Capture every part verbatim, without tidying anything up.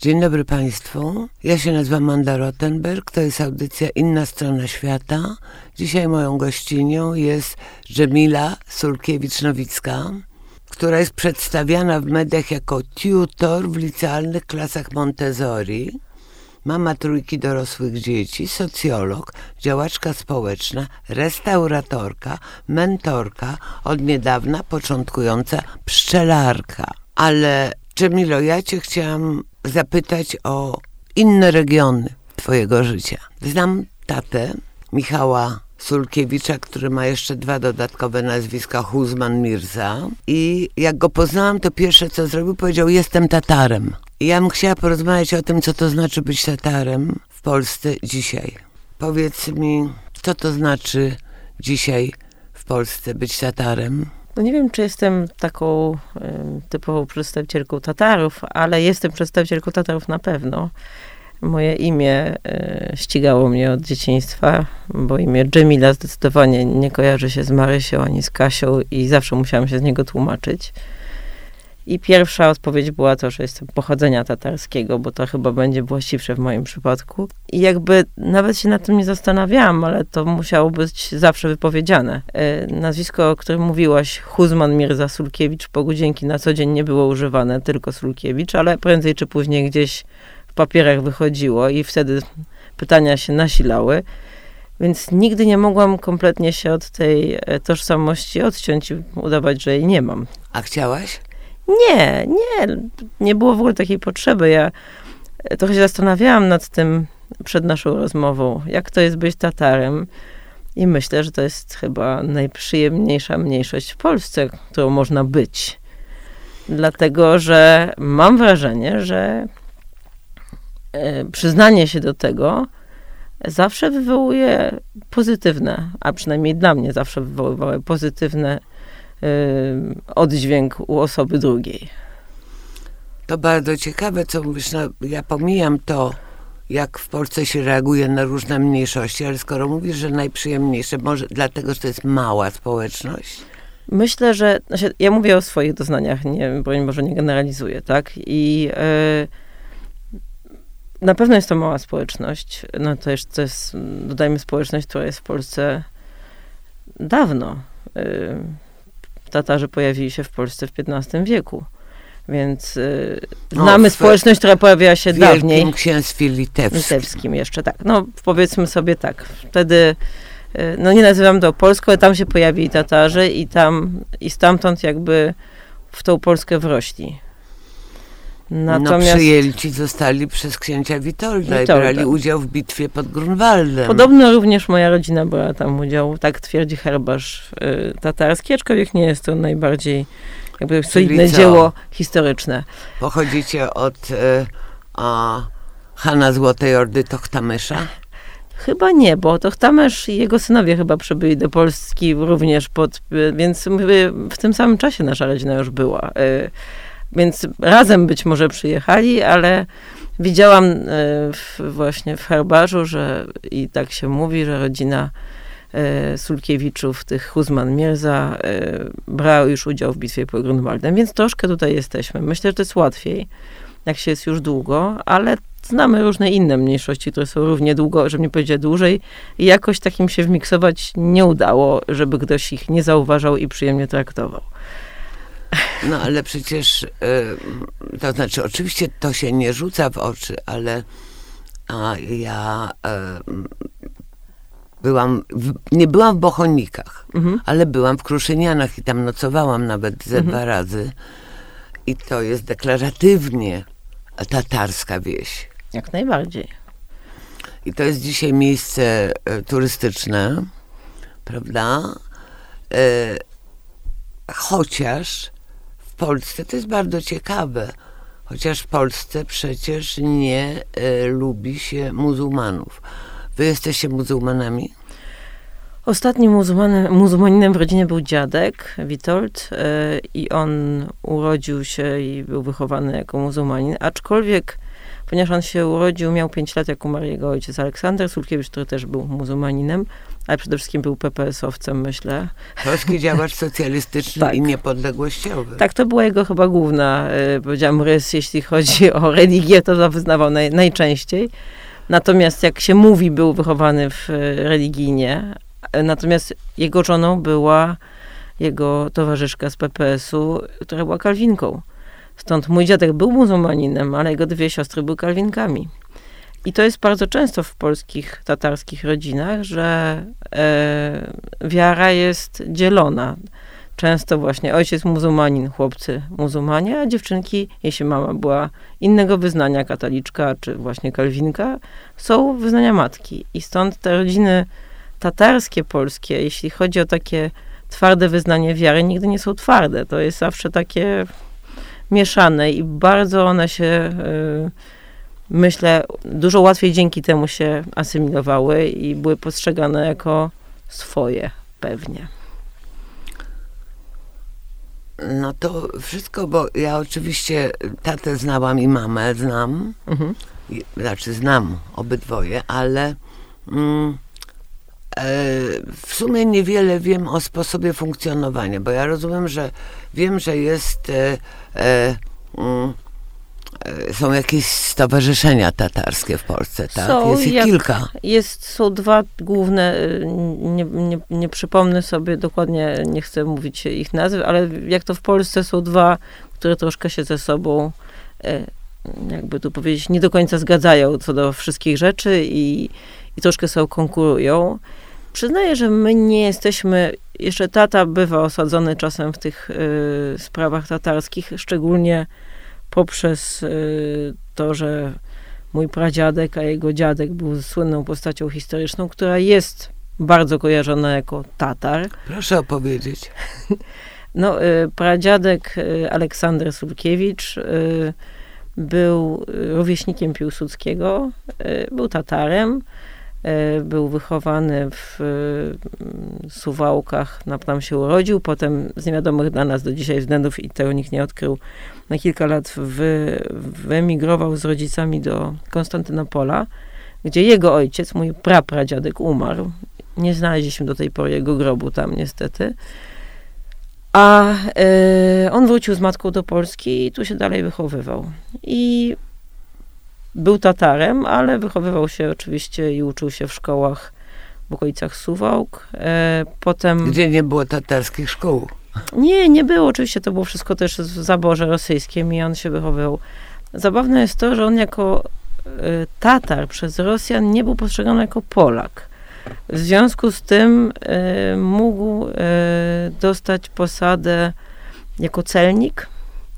Dzień dobry Państwu. Ja się nazywam Manda Rottenberg. To jest audycja Inna Strona Świata. Dzisiaj moją gościnią jest Dżemila Sulkiewicz-Nowicka, która jest przedstawiana w mediach jako tutor w licealnych klasach Montessori. Mama trójki dorosłych dzieci, socjolog, działaczka społeczna, restauratorka, mentorka, od niedawna początkująca pszczelarka. Ale Dżemilo, ja Cię chciałam zapytać o inne regiony Twojego życia. Znam tatę Michała Sulkiewicza, który ma jeszcze dwa dodatkowe nazwiska, Huzman Mirza. I jak go poznałam, to pierwsze co zrobił, powiedział: jestem Tatarem. I ja bym chciała porozmawiać o tym, co to znaczy być Tatarem w Polsce dzisiaj. Powiedz mi, co to znaczy dzisiaj w Polsce być Tatarem? No nie wiem, czy jestem taką y, typową przedstawicielką Tatarów, ale jestem przedstawicielką Tatarów na pewno. Moje imię y, ścigało mnie od dzieciństwa, bo imię Dżemila zdecydowanie nie kojarzy się z Marysią ani z Kasią i zawsze musiałam się z niego tłumaczyć. I pierwsza odpowiedź była to, że jestem pochodzenia tatarskiego, bo to chyba będzie właściwsze w moim przypadku. I jakby nawet się nad tym nie zastanawiałam, ale to musiało być zawsze wypowiedziane. Yy, nazwisko, o którym mówiłaś, Huzman Mirza Sulkiewicz, Bogu dzięki, na co dzień nie było używane, tylko Sulkiewicz, ale prędzej czy później gdzieś w papierach wychodziło i wtedy pytania się nasilały. Więc nigdy nie mogłam kompletnie się od tej tożsamości odciąć i udawać, że jej nie mam. A chciałaś? Nie, nie, nie było w ogóle takiej potrzeby. Ja trochę się zastanawiałam nad tym przed naszą rozmową, jak to jest być Tatarem. I myślę, że to jest chyba najprzyjemniejsza mniejszość w Polsce, którą można być. Dlatego, że mam wrażenie, że przyznanie się do tego zawsze wywołuje pozytywne, a przynajmniej dla mnie zawsze wywoływały pozytywne oddźwięk u osoby drugiej. To bardzo ciekawe, co mówisz. No, ja pomijam to, jak w Polsce się reaguje na różne mniejszości, ale skoro mówisz, że najprzyjemniejsze, może dlatego, że to jest mała społeczność? Myślę, że znaczy, ja mówię o swoich doznaniach, nie, broń Boże, nie generalizuję, tak? I yy, na pewno jest to mała społeczność. No to jest, to jest, dodajmy, społeczność, która jest w Polsce dawno. Yy, Tatarzy pojawili się w Polsce w piętnastym wieku, więc y, znamy o, społeczność, która pojawiła się Wielkim dawniej. Wielkim Księstwie Litewskim. Litewskim jeszcze, tak. No powiedzmy sobie tak, wtedy, y, no nie nazywam to Polską, ale tam się pojawili Tatarzy i tam, i stamtąd jakby w tą Polskę wrośli. Natomiast no przyjęci zostali przez księcia Witolda, Witolda i brali udział w bitwie pod Grunwaldem. Podobno również moja rodzina brała tam udział, tak twierdzi herbarz y, tatarski, aczkolwiek nie jest to najbardziej jakby solidne dzieło historyczne. Pochodzicie od y, a, Hana Złotej Ordy Tochtamysza? Chyba nie, bo Tochtamysz i jego synowie chyba przybyli do Polski również pod, y, więc y, w tym samym czasie nasza rodzina już była. Y, Więc razem być może przyjechali, ale widziałam y, w, właśnie w herbarzu, że i tak się mówi, że rodzina y, Sulkiewiczów, tych Huzman Mirza, y, brała już udział w bitwie pod Grunwaldem, więc troszkę tutaj jesteśmy. Myślę, że to jest łatwiej, jak się jest już długo, ale znamy różne inne mniejszości, które są równie długo, żeby nie powiedzieć dłużej i jakoś takim się wmiksować nie udało, żeby ktoś ich nie zauważał i przyjemnie traktował. No ale przecież, y, to znaczy oczywiście to się nie rzuca w oczy, ale a, ja y, byłam, w, nie byłam w Bochonikach, mhm. ale byłam w Kruszynianach i tam nocowałam nawet ze mhm. dwa razy. I to jest deklaratywnie tatarska wieś. Jak najbardziej. I to jest dzisiaj miejsce y, turystyczne, prawda? Y, chociaż w Polsce, to jest bardzo ciekawe, chociaż w Polsce przecież nie y, lubi się muzułmanów. Wy jesteście muzułmanami? Ostatnim muzułmanem, muzułmaninem w rodzinie był dziadek, Witold, y, i on urodził się i był wychowany jako muzułmanin, aczkolwiek ponieważ on się urodził, miał pięć lat, jak umarł jego ojciec Aleksander Sulkiewicz, który też był muzułmaninem, ale przede wszystkim był pe pe es owcem, myślę. Polski działacz socjalistyczny tak. i niepodległościowy. Tak, to była jego chyba główna, y, powiedziałam, rys, jeśli chodzi o religię, to wyznawał naj, najczęściej. Natomiast jak się mówi, był wychowany w religijnie. Natomiast jego żoną była jego towarzyszka z pe pe es u, która była kalwinką. Stąd mój dziadek był muzułmaninem, ale jego dwie siostry były kalwinkami. I to jest bardzo często w polskich, tatarskich rodzinach, że e, wiara jest dzielona. Często właśnie ojciec muzułmanin, chłopcy muzułmanie, a dziewczynki, jeśli mama była innego wyznania, katoliczka czy właśnie kalwinka, są wyznania matki. I stąd te rodziny tatarskie, polskie, jeśli chodzi o takie twarde wyznanie wiary, nigdy nie są twarde. To jest zawsze takie mieszane i bardzo one się, yy, myślę, dużo łatwiej dzięki temu się asymilowały i były postrzegane jako swoje pewnie. No to wszystko, bo ja oczywiście tatę znałam i mamę znam, mhm. I, znaczy znam obydwoje, ale mm, e, w sumie niewiele wiem o sposobie funkcjonowania, bo ja rozumiem, że wiem, że jest e, e, mm, są jakieś stowarzyszenia tatarskie w Polsce, tak? Są, jest ich jak, kilka. Jest, są dwa główne, nie, nie, nie przypomnę sobie dokładnie, nie chcę mówić ich nazw, ale jak to w Polsce są dwa, które troszkę się ze sobą, jakby tu powiedzieć, nie do końca zgadzają co do wszystkich rzeczy i, i troszkę sobie konkurują. Przyznaję, że my nie jesteśmy, jeszcze tata bywa osadzony czasem w tych y, sprawach tatarskich, szczególnie poprzez y, to, że mój pradziadek, a jego dziadek był słynną postacią historyczną, która jest bardzo kojarzona jako Tatar. Proszę opowiedzieć. No, y, pradziadek y, Aleksander Sulkiewicz y, był rówieśnikiem Piłsudskiego, y, był Tatarem, y, był wychowany w y, Suwałkach, tam się urodził, potem z niewiadomych dla nas do dzisiaj względów i tego nikt nie odkrył, na kilka lat wy, wyemigrował z rodzicami do Konstantynopola, gdzie jego ojciec, mój prapradziadek, umarł. Nie znaleźliśmy do tej pory jego grobu tam niestety. A y, on wrócił z matką do Polski i tu się dalej wychowywał. I był Tatarem, ale wychowywał się oczywiście i uczył się w szkołach w okolicach Suwałk. E, potem... Gdzie nie było tatarskich szkół? Nie, nie było. Oczywiście to było wszystko też w zaborze rosyjskim i on się wychowywał. Zabawne jest to, że on jako y, Tatar przez Rosjan nie był postrzegany jako Polak. W związku z tym y, mógł y, dostać posadę jako celnik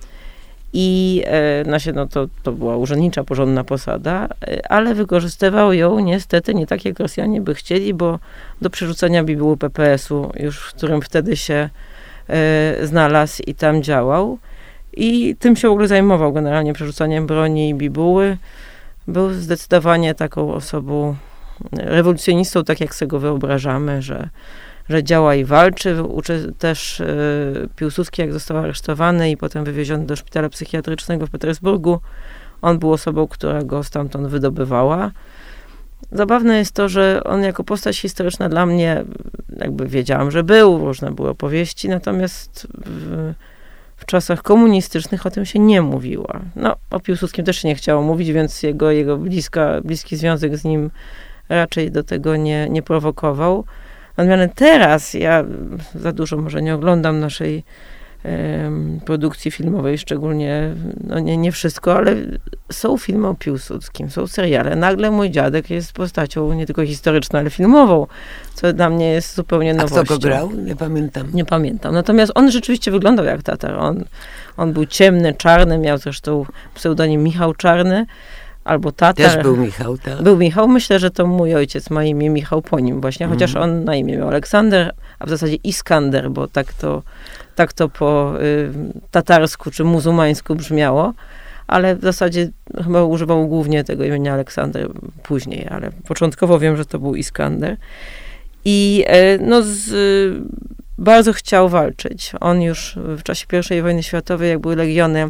i y, znaczy, no to, to była urzędnicza, porządna posada, y, ale wykorzystywał ją niestety nie tak, jak Rosjanie by chcieli, bo do przerzucenia bibuły pe pe es u, już w którym wtedy się y, znalazł i tam działał. I tym się w ogóle zajmował, generalnie przerzucaniem broni i bibuły. Był zdecydowanie taką osobą, rewolucjonistą, tak jak sobie go wyobrażamy, że, że działa i walczy. Uczy też y, Piłsudski, jak został aresztowany i potem wywieziony do szpitala psychiatrycznego w Petersburgu. On był osobą, która go stamtąd wydobywała. Zabawne jest to, że on jako postać historyczna dla mnie, jakby wiedziałam, że był, różne były opowieści, natomiast w, w czasach komunistycznych o tym się nie mówiło. No, o Piłsudskim też się nie chciało mówić, więc jego, jego bliska, bliski związek z nim raczej do tego nie, nie prowokował. Natomiast teraz ja za dużo może nie oglądam naszej um, produkcji filmowej, szczególnie, no nie, nie wszystko, ale są filmy o Piłsudskim, są seriale. Nagle mój dziadek jest postacią nie tylko historyczną, ale filmową, co dla mnie jest zupełnie nowością. A kto go grał? Nie pamiętam. Nie pamiętam. Natomiast on rzeczywiście wyglądał jak Tatar. On, on był ciemny, czarny, miał zresztą pseudonim Michał Czarny, albo Tatar. Też był Michał, tak? Był Michał. Myślę, że to mój ojciec ma imię Michał po nim właśnie, mm. chociaż on na imię miał Aleksander, a w zasadzie Iskander, bo tak to, tak to po y, tatarsku czy muzułmańsku brzmiało, ale w zasadzie chyba używał głównie tego imienia Aleksander później, ale początkowo wiem, że to był Iskander. I y, no z, y, bardzo chciał walczyć. On już w czasie pierwszej wojny światowej, jak były legiony,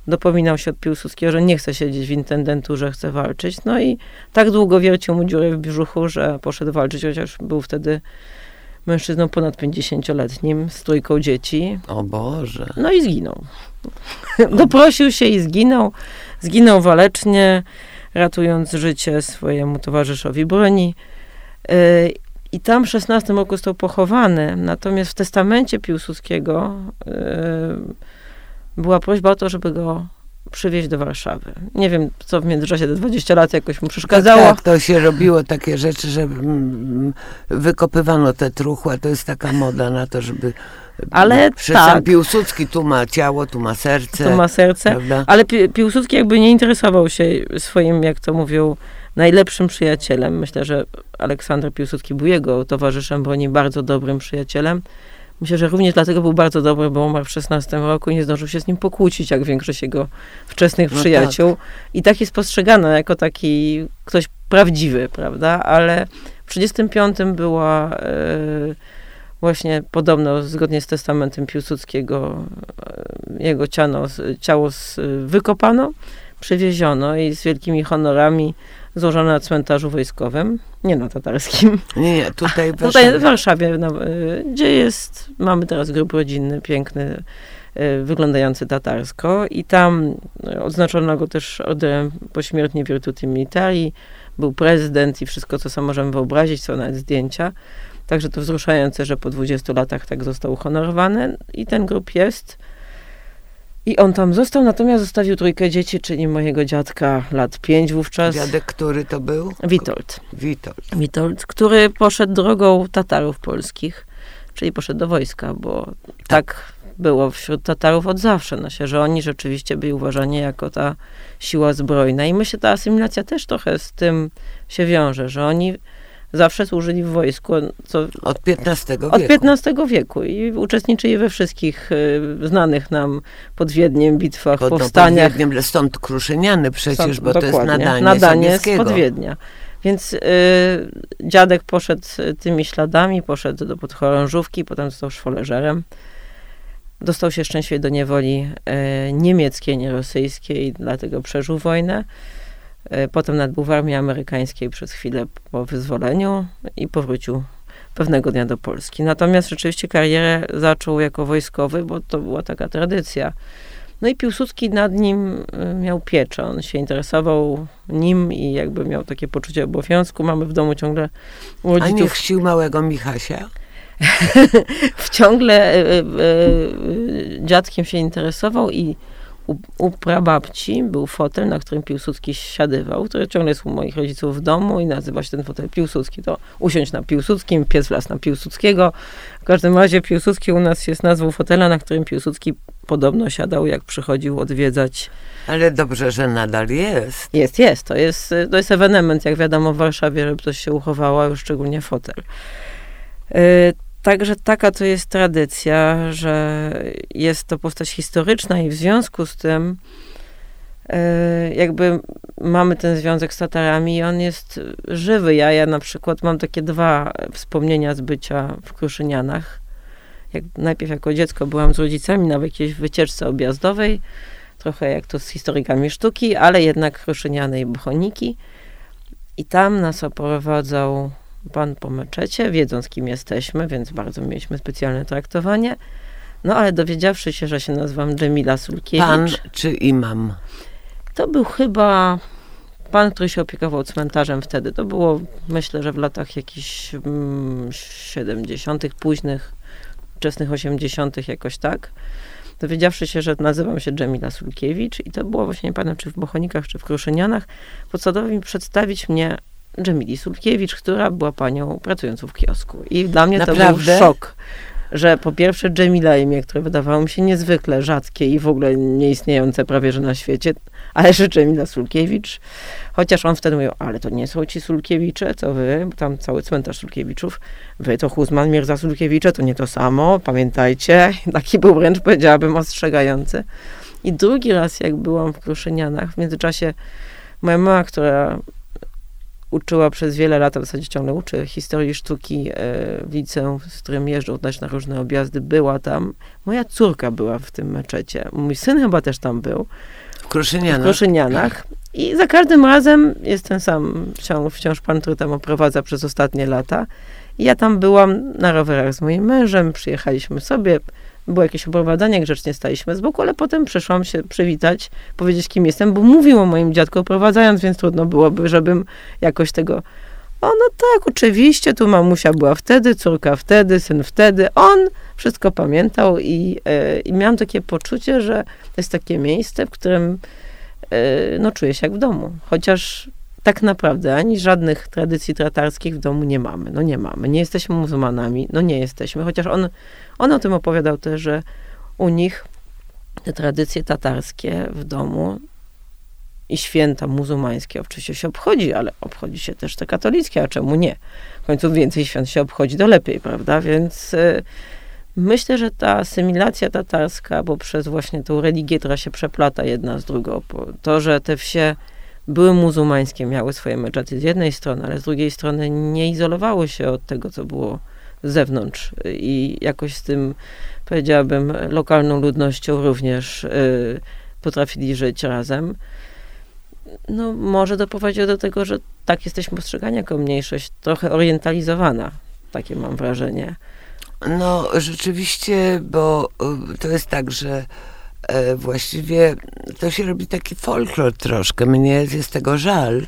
dopominał się od Piłsudskiego, że nie chce siedzieć w intendenturze, chce walczyć. No i tak długo wiercił mu dziurę w brzuchu, że poszedł walczyć, chociaż był wtedy mężczyzną ponad pięćdziesięcioletnim, z trójką dzieci. O Boże. No i zginął. Doprosił się i zginął. Zginął walecznie, ratując życie swojemu towarzyszowi broni. I tam w szesnastym roku został pochowany. Natomiast w testamencie Piłsudskiego była prośba o to, żeby go przywieźć do Warszawy. Nie wiem, co w międzyczasie te dwadzieścia lat jakoś mu przeszkadzało. Tak, tak, to się robiło takie rzeczy, że mm, wykopywano te truchła. To jest taka moda na to, żeby... Ale Przy tak. sam Piłsudski tu ma ciało, tu ma serce. Tu ma serce. Prawda? Ale Pi- Piłsudski jakby nie interesował się swoim, jak to mówią, najlepszym przyjacielem. Myślę, że Aleksander Piłsudski był jego towarzyszem broni, bardzo dobrym przyjacielem. Myślę, że również dlatego był bardzo dobry, bo umarł w szesnastym roku i nie zdążył się z nim pokłócić, jak większość jego wczesnych No przyjaciół. tak. I tak jest postrzegano jako taki ktoś prawdziwy, prawda? Ale w trzydziestym piątym była e, właśnie podobno, zgodnie z testamentem Piłsudskiego, e, jego ciano, ciało z, wykopano, przywieziono i z wielkimi honorami złożono na cmentarzu wojskowym, nie na tatarskim. Nie, nie, tutaj w Tutaj Warszawie. w Warszawie, na, gdzie jest, mamy teraz grób rodzinny, piękny, wyglądający tatarsko i tam odznaczono go też orderem pośmiertnie Virtuti Militari, był prezydent i wszystko, co sobie możemy wyobrazić, są nawet zdjęcia. Także to wzruszające, że po dwudziestu latach tak został uhonorowany i ten grób jest. I on tam został, natomiast zostawił trójkę dzieci, czyli mojego dziadka, lat pięć wówczas. Dziadek, który to był? Witold. Witold. Witold, który poszedł drogą Tatarów polskich, czyli poszedł do wojska, bo tak, tak było wśród Tatarów od zawsze, no się, że oni rzeczywiście byli uważani jako ta siła zbrojna. I myślę, ta asymilacja też trochę z tym się wiąże, że oni zawsze służyli w wojsku. Co Od piętnastego wieku. Od piętnastego wieku i uczestniczyli we wszystkich y, znanych nam pod Wiedniem bitwach, Pod, powstaniach. Pod Wiedniem, stąd Kruszyniany przecież, Są, bo to jest nadanie, nadanie Sobieskiego. spod Wiednia. Więc y, dziadek poszedł tymi śladami, poszedł do podchorążówki, potem został szwoleżerem. Dostał się szczęśliwie do niewoli y, niemieckiej, nie rosyjskiej, dlatego przeżył wojnę. Potem nawet był w armii amerykańskiej przez chwilę po wyzwoleniu i powrócił pewnego dnia do Polski. Natomiast rzeczywiście karierę zaczął jako wojskowy, bo to była taka tradycja. No i Piłsudski nad nim miał pieczę. On się interesował nim i jakby miał takie poczucie obowiązku. Mamy w domu ciągle u rodziców... A nie chrzcił małego Michasia? Ciągle y, y, y, dziadkiem się interesował i U, u prababci był fotel, na którym Piłsudski siadywał, który ciągle jest u moich rodziców w domu i nazywa się ten fotel Piłsudski. To usiądź na Piłsudskim, pies wlazł na Piłsudskiego. W każdym razie Piłsudski u nas jest nazwą fotela, na którym Piłsudski podobno siadał, jak przychodził odwiedzać. Ale dobrze, że nadal jest. Jest, jest. To jest, to jest ewenement, jak wiadomo, w Warszawie, żeby coś się uchowało, a już szczególnie fotel. Yy, Także taka to jest tradycja, że jest to postać historyczna i w związku z tym y, jakby mamy ten związek z Tatarami i on jest żywy. Ja, ja na przykład mam takie dwa wspomnienia z bycia w Kruszynianach. Jak, najpierw jako dziecko byłam z rodzicami na jakiejś wycieczce objazdowej, trochę jak to z historykami sztuki, ale jednak Kruszyniany i Bochoniki. I tam nas oprowadzał pan po meczecie, wiedząc, kim jesteśmy, więc bardzo mieliśmy specjalne traktowanie. No ale dowiedziawszy się, że się nazywam Dżemila Sulkiewicz. Pan czy imam? To był chyba pan, który się opiekował cmentarzem wtedy. To było, myślę, że w latach jakichś mm, siedemdziesiątych późnych, wczesnych osiemdziesiątych jakoś tak. Dowiedziawszy się, że nazywam się Dżemila Sulkiewicz i to było właśnie, nie pamiętam, czy w Bochonikach, czy w Kruszynianach, postanowił mi przedstawić mnie Dżemili Sulkiewicz, która była panią pracującą w kiosku. I dla mnie Naprawdę? to był szok, że po pierwsze Dżemila imię, które wydawało mi się niezwykle rzadkie i w ogóle nieistniejące prawie że na świecie, ale że Dżemila Sulkiewicz, chociaż on wtedy mówił, ale to nie są ci Sulkiewicze, co wy, bo tam cały cmentarz Sulkiewiczów, wy to Huzman Mirza Sulkiewicze, to nie to samo, pamiętajcie. Taki był wręcz, powiedziałabym, ostrzegający. I drugi raz, jak byłam w Kruszynianach, w międzyczasie moja mama, która uczyła przez wiele lat, a w zasadzie ciągle uczy historii sztuki w liceum, z którym jeżdżą też na różne objazdy, była tam. Moja córka była w tym meczecie. Mój syn chyba też tam był. W Kruszynianach. W Kruszynianach. I za każdym razem jest ten sam wciąż, wciąż pan, który tam oprowadza przez ostatnie lata. I ja tam byłam na rowerach z moim mężem, przyjechaliśmy sobie, było jakieś oprowadzanie, grzecznie staliśmy z boku, ale potem przyszłam się przywitać, powiedzieć, kim jestem, bo mówił o moim dziadku oprowadzając, więc trudno byłoby, żebym jakoś tego... O, no tak, oczywiście, tu mamusia była wtedy, córka wtedy, syn wtedy. On wszystko pamiętał i, yy, i miałam takie poczucie, że to jest takie miejsce, w którym yy, no, czuję się jak w domu. Chociaż tak naprawdę ani żadnych tradycji tatarskich w domu nie mamy. No nie mamy. Nie jesteśmy muzułmanami. No nie jesteśmy. Chociaż on, on o tym opowiadał też, że u nich te tradycje tatarskie w domu i święta muzułmańskie oczywiście się obchodzi, ale obchodzi się też te katolickie, a czemu nie? W końcu więcej świąt się obchodzi, to lepiej, prawda? Więc y, myślę, że ta asymilacja tatarska, bo przez właśnie tą religię, która się przeplata jedna z drugą, to, że te wsie były muzułmańskie, miały swoje meczety z jednej strony, ale z drugiej strony nie izolowały się od tego, co było z zewnątrz i jakoś z tym, powiedziałabym, lokalną ludnością również y, potrafili żyć razem. No, może doprowadziło do tego, że tak jesteśmy postrzegani jako mniejszość, trochę orientalizowana. Takie mam wrażenie. No, rzeczywiście, bo to jest tak, że e, właściwie to się robi taki folklor troszkę. Mnie jest tego żal,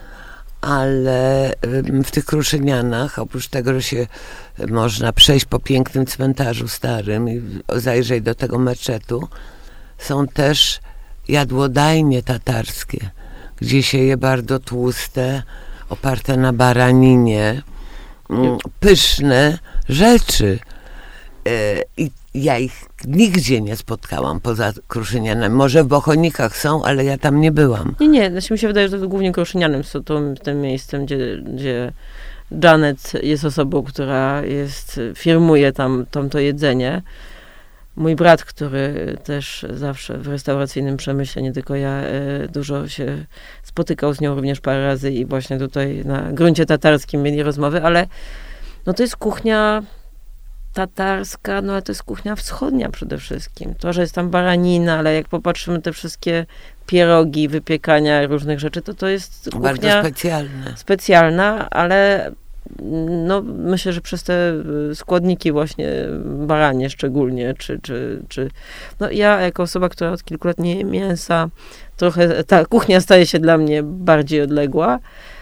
ale w tych Kruszynianach, oprócz tego, że się można przejść po pięknym cmentarzu starym i zajrzeć do tego meczetu, są też jadłodajnie tatarskie, gdzie się je bardzo tłuste, oparte na baraninie, pyszne rzeczy. I ja ich nigdzie nie spotkałam poza Kruszynianem. Może w Bochonikach są, ale ja tam nie byłam. Nie, nie. Znaczy mi się wydaje, że to głównie Kruszynianem są to, tym miejscem, gdzie, gdzie Janet jest osobą, która jest, firmuje tam, tam to jedzenie. Mój brat, który też zawsze w restauracyjnym przemyśle, nie tylko ja, dużo się spotykał z nią również parę razy i właśnie tutaj na gruncie tatarskim mieli rozmowy, ale no to jest kuchnia tatarska, no ale to jest kuchnia wschodnia przede wszystkim. To, że jest tam baranina, ale jak popatrzymy te wszystkie pierogi, wypiekania różnych rzeczy, to to jest kuchnia bardzo specjalna. specjalna, ale no myślę, że przez te składniki właśnie baranie szczególnie, czy, czy, czy no ja jako osoba, która od kilku lat nie je mięsa, trochę ta kuchnia staje się dla mnie bardziej odległa.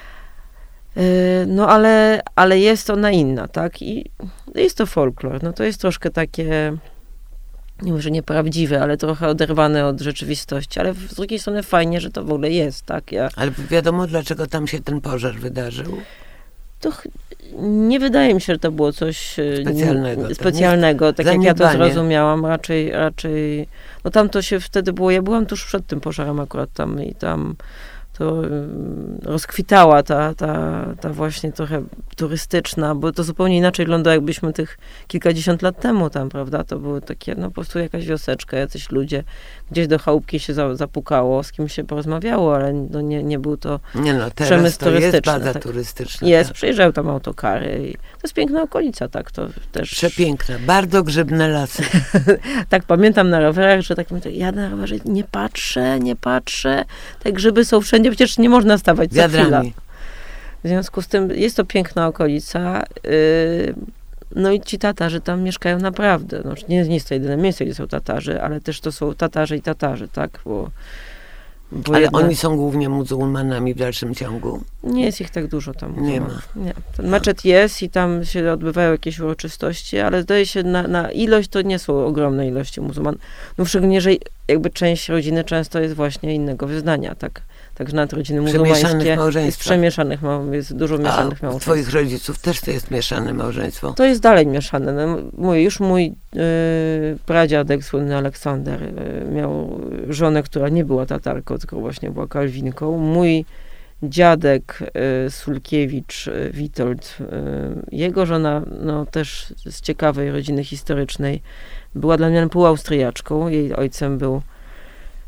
No ale, ale jest ona inna, tak? I jest to folklor. No to jest troszkę takie, nie może nieprawdziwe, ale trochę oderwane od rzeczywistości, ale z drugiej strony fajnie, że to w ogóle jest, tak? Ja, ale wiadomo, dlaczego tam się ten pożar wydarzył? To nie wydaje mi się, że to było coś specjalnego, specjalnego tak, tak jak ja to zaniedbanie. zrozumiałam. Raczej, raczej, no tam to się wtedy było, ja byłam tuż przed tym pożarem akurat tam i tam to rozkwitała ta, ta, ta właśnie trochę turystyczna, bo to zupełnie inaczej wygląda, jakbyśmy tych kilkadziesiąt lat temu tam, prawda? To były takie, no po prostu jakaś wioseczka, jacyś ludzie, gdzieś do chałupki się za, zapukało, z kim się porozmawiało, ale no nie, nie był to nie no, teraz przemysł to turystyczny. jest baza tak. turystyczna. Jest, tak. przyjeżdżają tam autokary i to jest piękna okolica, tak, to też... Przepiękna, bardzo grzybne lasy. Tak, pamiętam na rowerach, że tak mówię, ja na rowerze nie patrzę, nie patrzę, te grzyby są wszędzie, przecież nie można stawać co chwila. W związku z tym jest to piękna okolica, yy, no i ci Tatarzy tam mieszkają naprawdę, no, nie, nie jest to jedyne miejsce, gdzie są Tatarzy, ale też to są Tatarzy i Tatarzy, tak, bo... bo ale jedna... oni są głównie muzułmanami w dalszym ciągu? Nie jest ich tak dużo tam. Nie ma. Nie. Ten meczet jest i tam się odbywają jakieś uroczystości, ale zdaje się, na, na ilość to nie są ogromne ilości muzułman. No szczególnie, że jakby część rodziny często jest właśnie innego wyznania, tak? Także nawet rodziny muzułmańskie jest przemieszanych, jest dużo mieszanych małżeństw. A twoich rodziców też to jest mieszane małżeństwo? To jest dalej mieszane. No, mój, już mój yy, pradziadek, słynny Aleksander, yy, miał żonę, która nie była Tatarką, tylko właśnie była Kalwinką. Mój dziadek y, Sulkiewicz, y, Witold, y, jego żona, no też z ciekawej rodziny historycznej, była dla mnie półaustriaczką. Jej ojcem był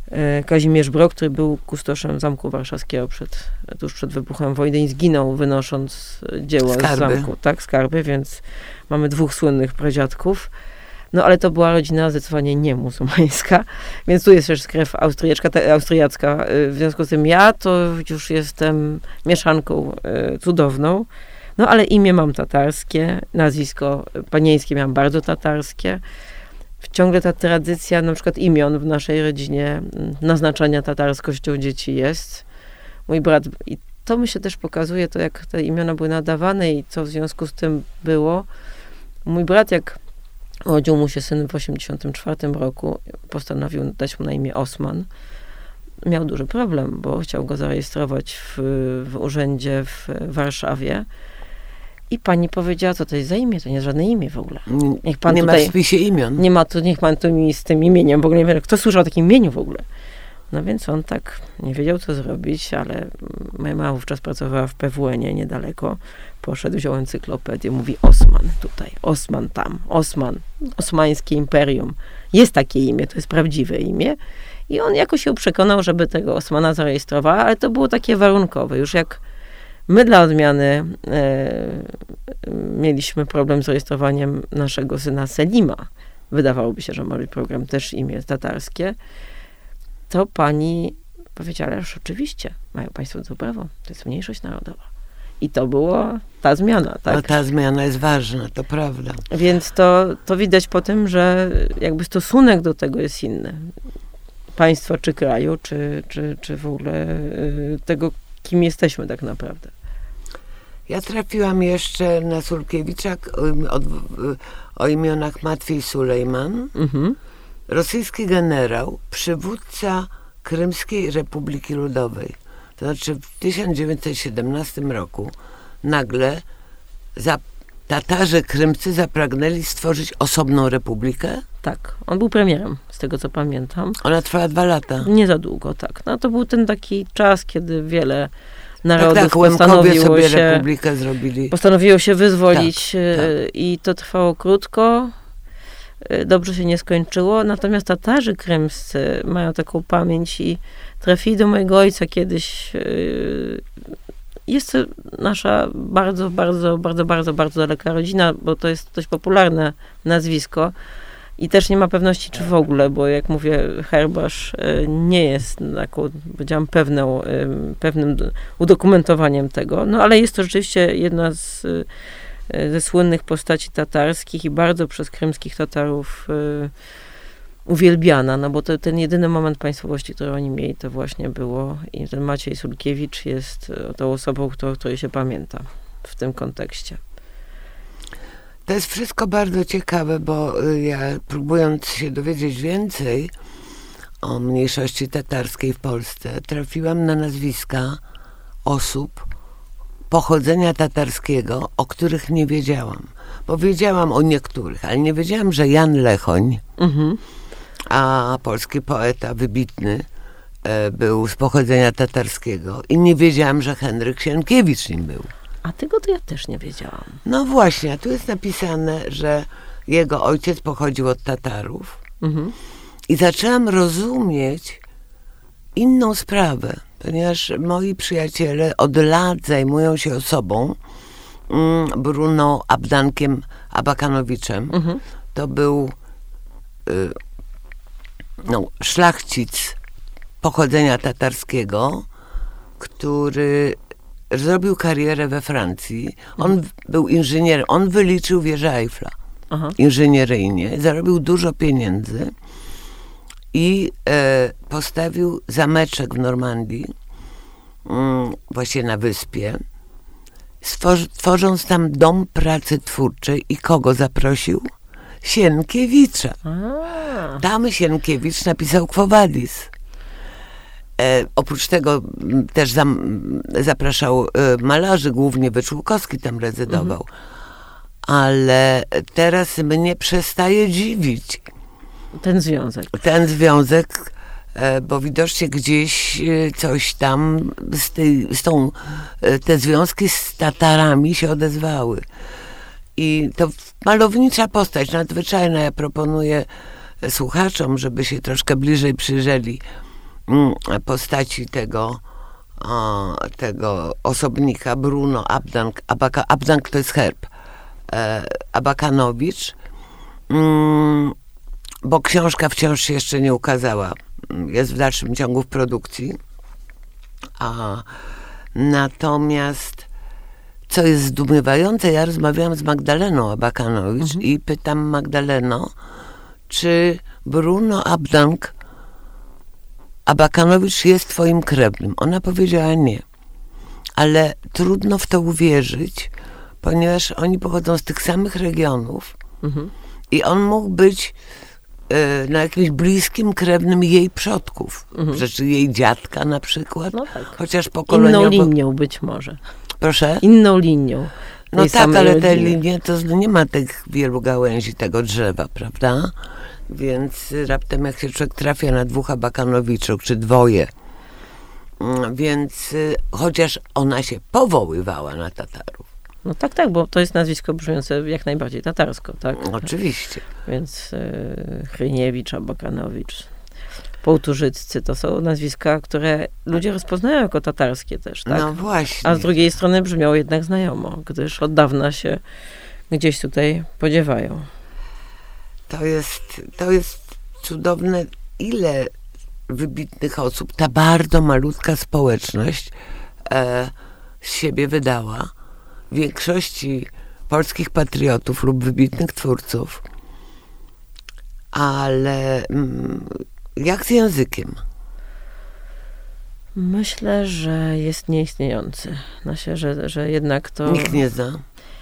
Kazimierz Brok, który był kustoszem Zamku Warszawskiego przed, tuż przed wybuchem wojny i zginął, wynosząc dzieło Skarby. z zamku. Tak, skarby, więc mamy dwóch słynnych pradziadków. No ale to była rodzina zdecydowanie nie muzułmańska, więc tu jest też krew austriaczka, austriacka. W związku z tym ja to już jestem mieszanką cudowną. No ale imię mam tatarskie, nazwisko panieńskie miałam bardzo tatarskie. Ciągle ta tradycja na przykład imion w naszej rodzinie, naznaczania tatarskością dzieci jest. Mój brat, i to mi się też pokazuje, to jak te imiona były nadawane i co w związku z tym było. Mój brat, jak urodził mu się syn w osiemdziesiątym czwartym roku, postanowił dać mu na imię Osman. Miał duży problem, bo chciał go zarejestrować w, w urzędzie w Warszawie. I pani powiedziała, co to jest za imię? To nie jest żadne imię w ogóle. Niech pan nie tutaj, ma w spisie imion. Nie ma tu, niech pan tu mi z tym imieniem, w ogóle nie wiem, kto słyszał o takim imieniu w ogóle. No więc on tak nie wiedział, co zrobić, ale moja mama wówczas pracowała w P W N-ie niedaleko. Poszedł, wziął encyklopedię, mówi Osman tutaj, Osman tam, Osman, Osmańskie Imperium. Jest takie imię, to jest prawdziwe imię. I on jakoś się przekonał, żeby tego Osmana zarejestrowała, ale to było takie warunkowe. Już jak my dla odmiany e, mieliśmy problem z rejestrowaniem naszego syna Selima. Wydawałoby się, że ma być program też imię tatarskie. To pani powiedziała, że oczywiście, mają państwo to prawo, to jest mniejszość narodowa. I to była ta zmiana, tak? No, ta zmiana jest ważna, to prawda. Więc to, to widać po tym, że jakby stosunek do tego jest inny. Państwa czy kraju, czy, czy, czy w ogóle y, tego, kim jesteśmy tak naprawdę. Ja trafiłam jeszcze na Sulkiewicza o, o, o imionach Matwiej Sulejman, mhm. rosyjski generał, przywódca Krymskiej Republiki Ludowej. To znaczy w tysiąc dziewięćset siedemnastym roku nagle za, Tatarzy krymscy zapragnęli stworzyć osobną republikę. Tak, on był premierem, z tego co pamiętam. Ona trwała dwa lata. Nie za długo, tak. No to był ten taki czas, kiedy wiele narodów tak, tak, postanowiło sobie się, republikę zrobili. Postanowiło się wyzwolić tak, tak. i to trwało krótko. Dobrze się nie skończyło. Natomiast Tatarzy krymscy mają taką pamięć i trafili do mojego ojca kiedyś. Jest to nasza bardzo, bardzo, bardzo, bardzo, bardzo daleka rodzina, bo to jest dość popularne nazwisko. I też nie ma pewności, czy w ogóle, bo jak mówię, Herbasz nie jest taką, powiedziałam, pewną, pewnym udokumentowaniem tego. No ale jest to rzeczywiście jedna z, ze słynnych postaci tatarskich i bardzo przez krymskich Tatarów uwielbiana, no bo to, ten jedyny moment państwowości, który oni mieli, to właśnie było i ten Maciej Sulkiewicz jest tą osobą, o której się pamięta w tym kontekście. To jest wszystko bardzo ciekawe, bo ja próbując się dowiedzieć więcej o mniejszości tatarskiej w Polsce, trafiłam na nazwiska osób pochodzenia tatarskiego, o których nie wiedziałam. Bo wiedziałam o niektórych, ale nie wiedziałam, że Jan Lechoń, mhm. a polski poeta wybitny, e, był z pochodzenia tatarskiego. I nie wiedziałam, że Henryk Sienkiewicz nim był. A tego to ja też nie wiedziałam. No właśnie, a tu jest napisane, że jego ojciec pochodził od Tatarów. Mhm. I zaczęłam rozumieć inną sprawę, ponieważ moi przyjaciele od lat zajmują się osobą, mm, Bruno Abdankiem Abakanowiczem. Mhm. To był y, no, szlachcic pochodzenia tatarskiego, który zrobił karierę we Francji. On mhm. był inżynierem. On wyliczył wieżę Eiffla. Aha. Inżynieryjnie. Zarobił dużo pieniędzy i e, postawił zameczek w Normandii, mm, właśnie na wyspie, stworzy, tworząc tam dom pracy twórczej. I kogo zaprosił? Sienkiewicza. A. Tam Sienkiewicz napisał Quo Vadis. E, oprócz tego m, też zam, zapraszał e, malarzy, głównie Wyczółkowski tam rezydował. Mhm. Ale teraz mnie przestaje dziwić ten związek. Ten związek, e, bo widocznie gdzieś e, coś tam z, tej, z tą, e, te związki z Tatarami się odezwały. I to malownicza postać, nadzwyczajna. Ja proponuję słuchaczom, żeby się troszkę bliżej przyjrzeli postaci tego, o, tego osobnika Bruno Abdank. Abaka, Abdank to jest herb. E, Abakanowicz, mm, bo książka wciąż się jeszcze nie ukazała. Jest w dalszym ciągu w produkcji. A natomiast co jest zdumiewające, ja rozmawiałam z Magdaleną Abakanowicz mhm. i pytam Magdaleno, czy Bruno Abdank Abakanowicz jest twoim krewnym? Ona powiedziała nie. Ale trudno w to uwierzyć, ponieważ oni pochodzą z tych samych regionów mhm. i on mógł być y, na jakimś bliskim krewnym jej przodków. Mhm. Rzeczy jej dziadka na przykład. No tak. Chociaż pokoleniowo... Inną linią być może. Proszę? Inną linią. No tak, ale te linie, to nie ma tych wielu gałęzi tego drzewa, prawda? Więc raptem jak się człowiek trafia na dwóch Abakanowiczów, czy dwoje, więc chociaż ona się powoływała na Tatarów. No tak, tak, bo to jest nazwisko brzmiące jak najbardziej tatarsko, tak? Oczywiście. Więc y, Hryniewicz, Abakanowicz, Połturzyccy to są nazwiska, które ludzie rozpoznają jako tatarskie też, tak? No właśnie. A z drugiej strony brzmią jednak znajomo, gdyż od dawna się gdzieś tutaj podziewają. To jest, to jest cudowne, ile wybitnych osób ta bardzo malutka społeczność e, z siebie wydała. W większości polskich patriotów lub wybitnych twórców. Ale mm, jak z językiem? Myślę, że jest nieistniejący. Znaczy, że, że jednak to... Nikt nie zna.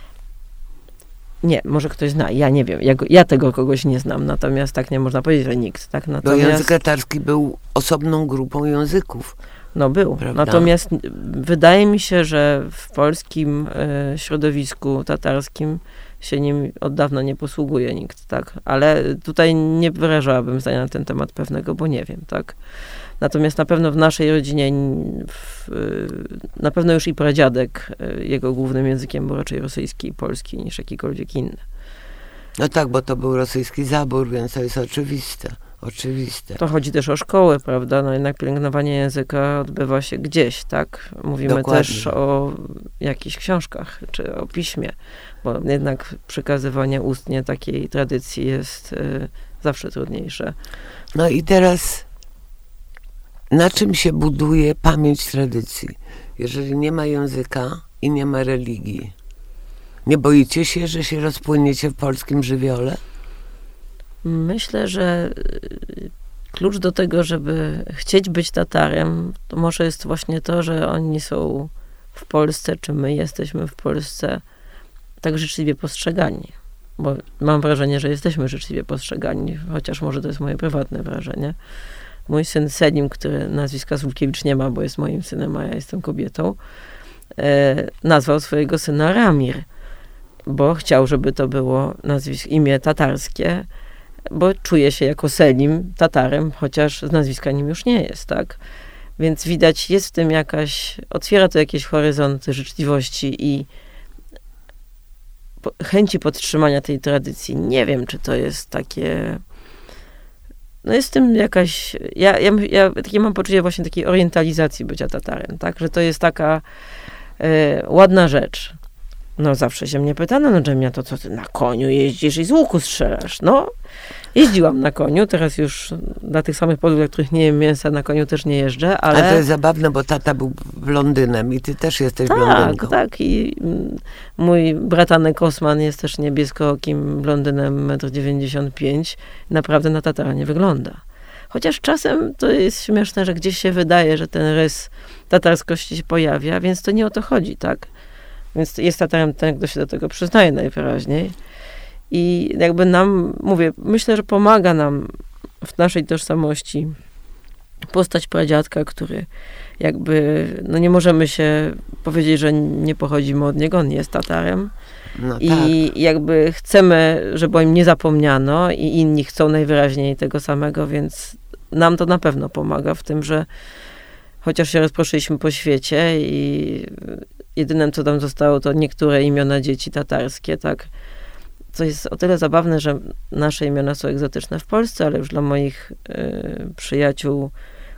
Nie, może ktoś zna, ja nie wiem, ja, go, ja tego kogoś nie znam, natomiast tak nie można powiedzieć, że nikt. Tak? Natomiast, bo język tatarski był osobną grupą języków. No był, prawda? Natomiast wydaje mi się, że w polskim y, środowisku tatarskim się nim od dawna nie posługuje nikt, tak? Ale tutaj nie wyrażałabym zdania na ten temat pewnego, bo nie wiem, tak? Natomiast na pewno w naszej rodzinie, w, na pewno już i pradziadek, jego głównym językiem był raczej rosyjski i polski niż jakikolwiek inny. No tak, bo to był rosyjski zabór, więc to jest oczywiste. Oczywiste. To chodzi też o szkołę, prawda? No jednak pielęgnowanie języka odbywa się gdzieś, tak? Mówimy Dokładnie. też o jakichś książkach, czy o piśmie, bo jednak przekazywanie ustnie takiej tradycji jest y, zawsze trudniejsze. No i teraz na czym się buduje pamięć tradycji? Jeżeli nie ma języka i nie ma religii. Nie boicie się, że się rozpłyniecie w polskim żywiole? Myślę, że klucz do tego, żeby chcieć być Tatarem, to może jest właśnie to, że oni są w Polsce, czy my jesteśmy w Polsce tak życzliwie postrzegani. Bo mam wrażenie, że jesteśmy życzliwie postrzegani, chociaż może to jest moje prywatne wrażenie. Mój syn Selim, który nazwiska Sulkiewicz nie ma, bo jest moim synem, a ja jestem kobietą, e, nazwał swojego syna Ramir, bo chciał, żeby to było nazwisko, imię tatarskie, bo czuje się jako Selim Tatarem, chociaż z nazwiska nim już nie jest, tak? Więc widać, jest w tym jakaś, otwiera to jakieś horyzonty życzliwości i po, chęci podtrzymania tej tradycji. Nie wiem, czy to jest takie... No jest w tym jakaś... Ja, ja, ja takie mam poczucie właśnie takiej orientalizacji bycia Tatarem, tak? Że to jest taka e, ładna rzecz. No zawsze się mnie pytano, no Dżemia, to co ty na koniu jeździsz i z łuku strzelasz? No, jeździłam na koniu, teraz już dla tych samych powodów, dla których nie jem mięsa, na koniu też nie jeżdżę, ale... Ale to jest zabawne, bo tata był Blondynem i ty też jesteś tak, blondynką. Tak, tak. I mój bratanek Osman jest też niebieskookim blondynem, metr dziewięćdziesiąt pięć. Naprawdę na Tatara nie wygląda. Chociaż czasem to jest śmieszne, że gdzieś się wydaje, że ten rys tatarskości się pojawia, więc to nie o to chodzi, tak? Więc jest Tatarem ten, kto się do tego przyznaje najwyraźniej. I jakby nam, mówię, myślę, że pomaga nam w naszej tożsamości postać pradziadka, który jakby, no nie możemy się powiedzieć, że nie pochodzimy od niego, on jest Tatarem. No I tak. jakby chcemy, żeby o nim nie zapomniano i inni chcą najwyraźniej tego samego, więc nam to na pewno pomaga w tym, że chociaż się rozproszyliśmy po świecie i jedynym, co tam zostało, to niektóre imiona dzieci tatarskie, tak, co jest o tyle zabawne, że nasze imiona są egzotyczne w Polsce, ale już dla moich y, przyjaciół,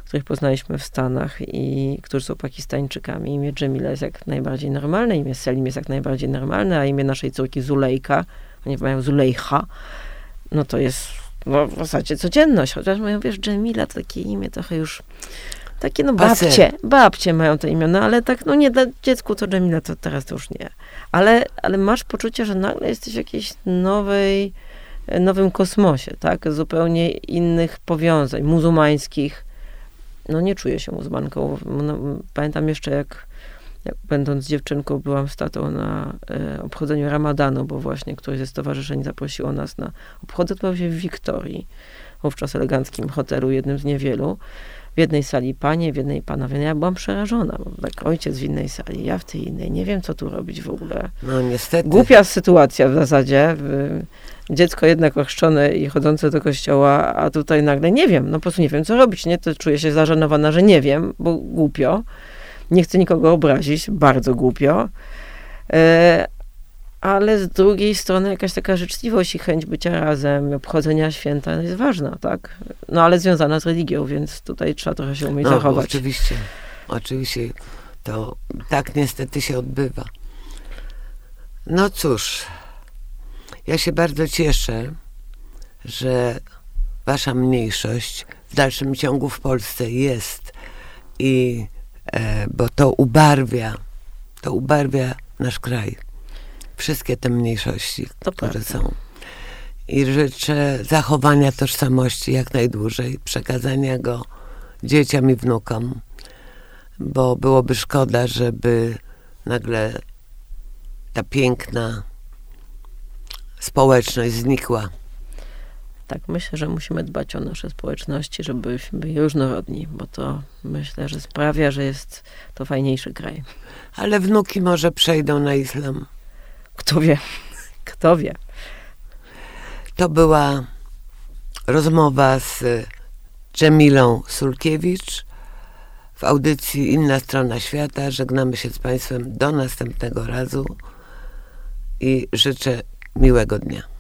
których poznaliśmy w Stanach i którzy są Pakistańczykami. Imię Dżemila jest jak najbardziej normalne, imię Selim jest jak najbardziej normalne, a imię naszej córki Zulejka, oni mają Zulejcha, no to jest no, w zasadzie codzienność. Chociaż mają, wiesz, Dżemila to takie imię trochę już takie, no babcie, babcie mają te imiona, ale tak, no nie, dla dziecku to Dżemila to teraz to już nie. Ale, ale masz poczucie, że nagle jesteś w jakiejś nowej, nowym kosmosie, tak? Zupełnie innych powiązań, muzułmańskich. No nie czuję się muzułmanką. No, pamiętam jeszcze, jak, jak będąc dziewczynką byłam z tatą na e, obchodzeniu Ramadanu, bo właśnie któreś ze stowarzyszeń zaprosiło nas na obchody, odbywał się w Wiktorii, wówczas eleganckim hotelu, jednym z niewielu. W jednej sali panie, w jednej panowie. Ja byłam przerażona, bo tak ojciec w innej sali, ja w tej innej. Nie wiem, co tu robić w ogóle. No niestety. Głupia sytuacja w zasadzie. Dziecko jednak ochrzczone i chodzące do kościoła, a tutaj nagle nie wiem. No po prostu nie wiem, co robić. Nie, to czuję się zażenowana, że nie wiem, bo głupio. Nie chcę nikogo obrazić. Bardzo głupio. E, ale z drugiej strony jakaś taka życzliwość i chęć bycia razem, obchodzenia święta jest ważna, tak? No ale związana z religią, więc tutaj trzeba trochę się umieć no, zachować. Oczywiście, oczywiście to tak niestety się odbywa. No cóż, ja się bardzo cieszę, że wasza mniejszość w dalszym ciągu w Polsce jest i e, bo to ubarwia, to ubarwia nasz kraj. Wszystkie te mniejszości, To które prawda. są. I życzę zachowania tożsamości jak najdłużej, przekazania go dzieciom i wnukom, bo byłoby szkoda, żeby nagle ta piękna społeczność znikła. Tak, myślę, że musimy dbać o nasze społeczności, żebyśmy byli różnorodni, bo to myślę, że sprawia, że jest to fajniejszy kraj. Ale wnuki może przejdą na islam. Kto wie? Kto wie? To była rozmowa z Dżemilą Sulkiewicz w audycji Inna Strona Świata. Żegnamy się z Państwem do następnego razu i życzę miłego dnia.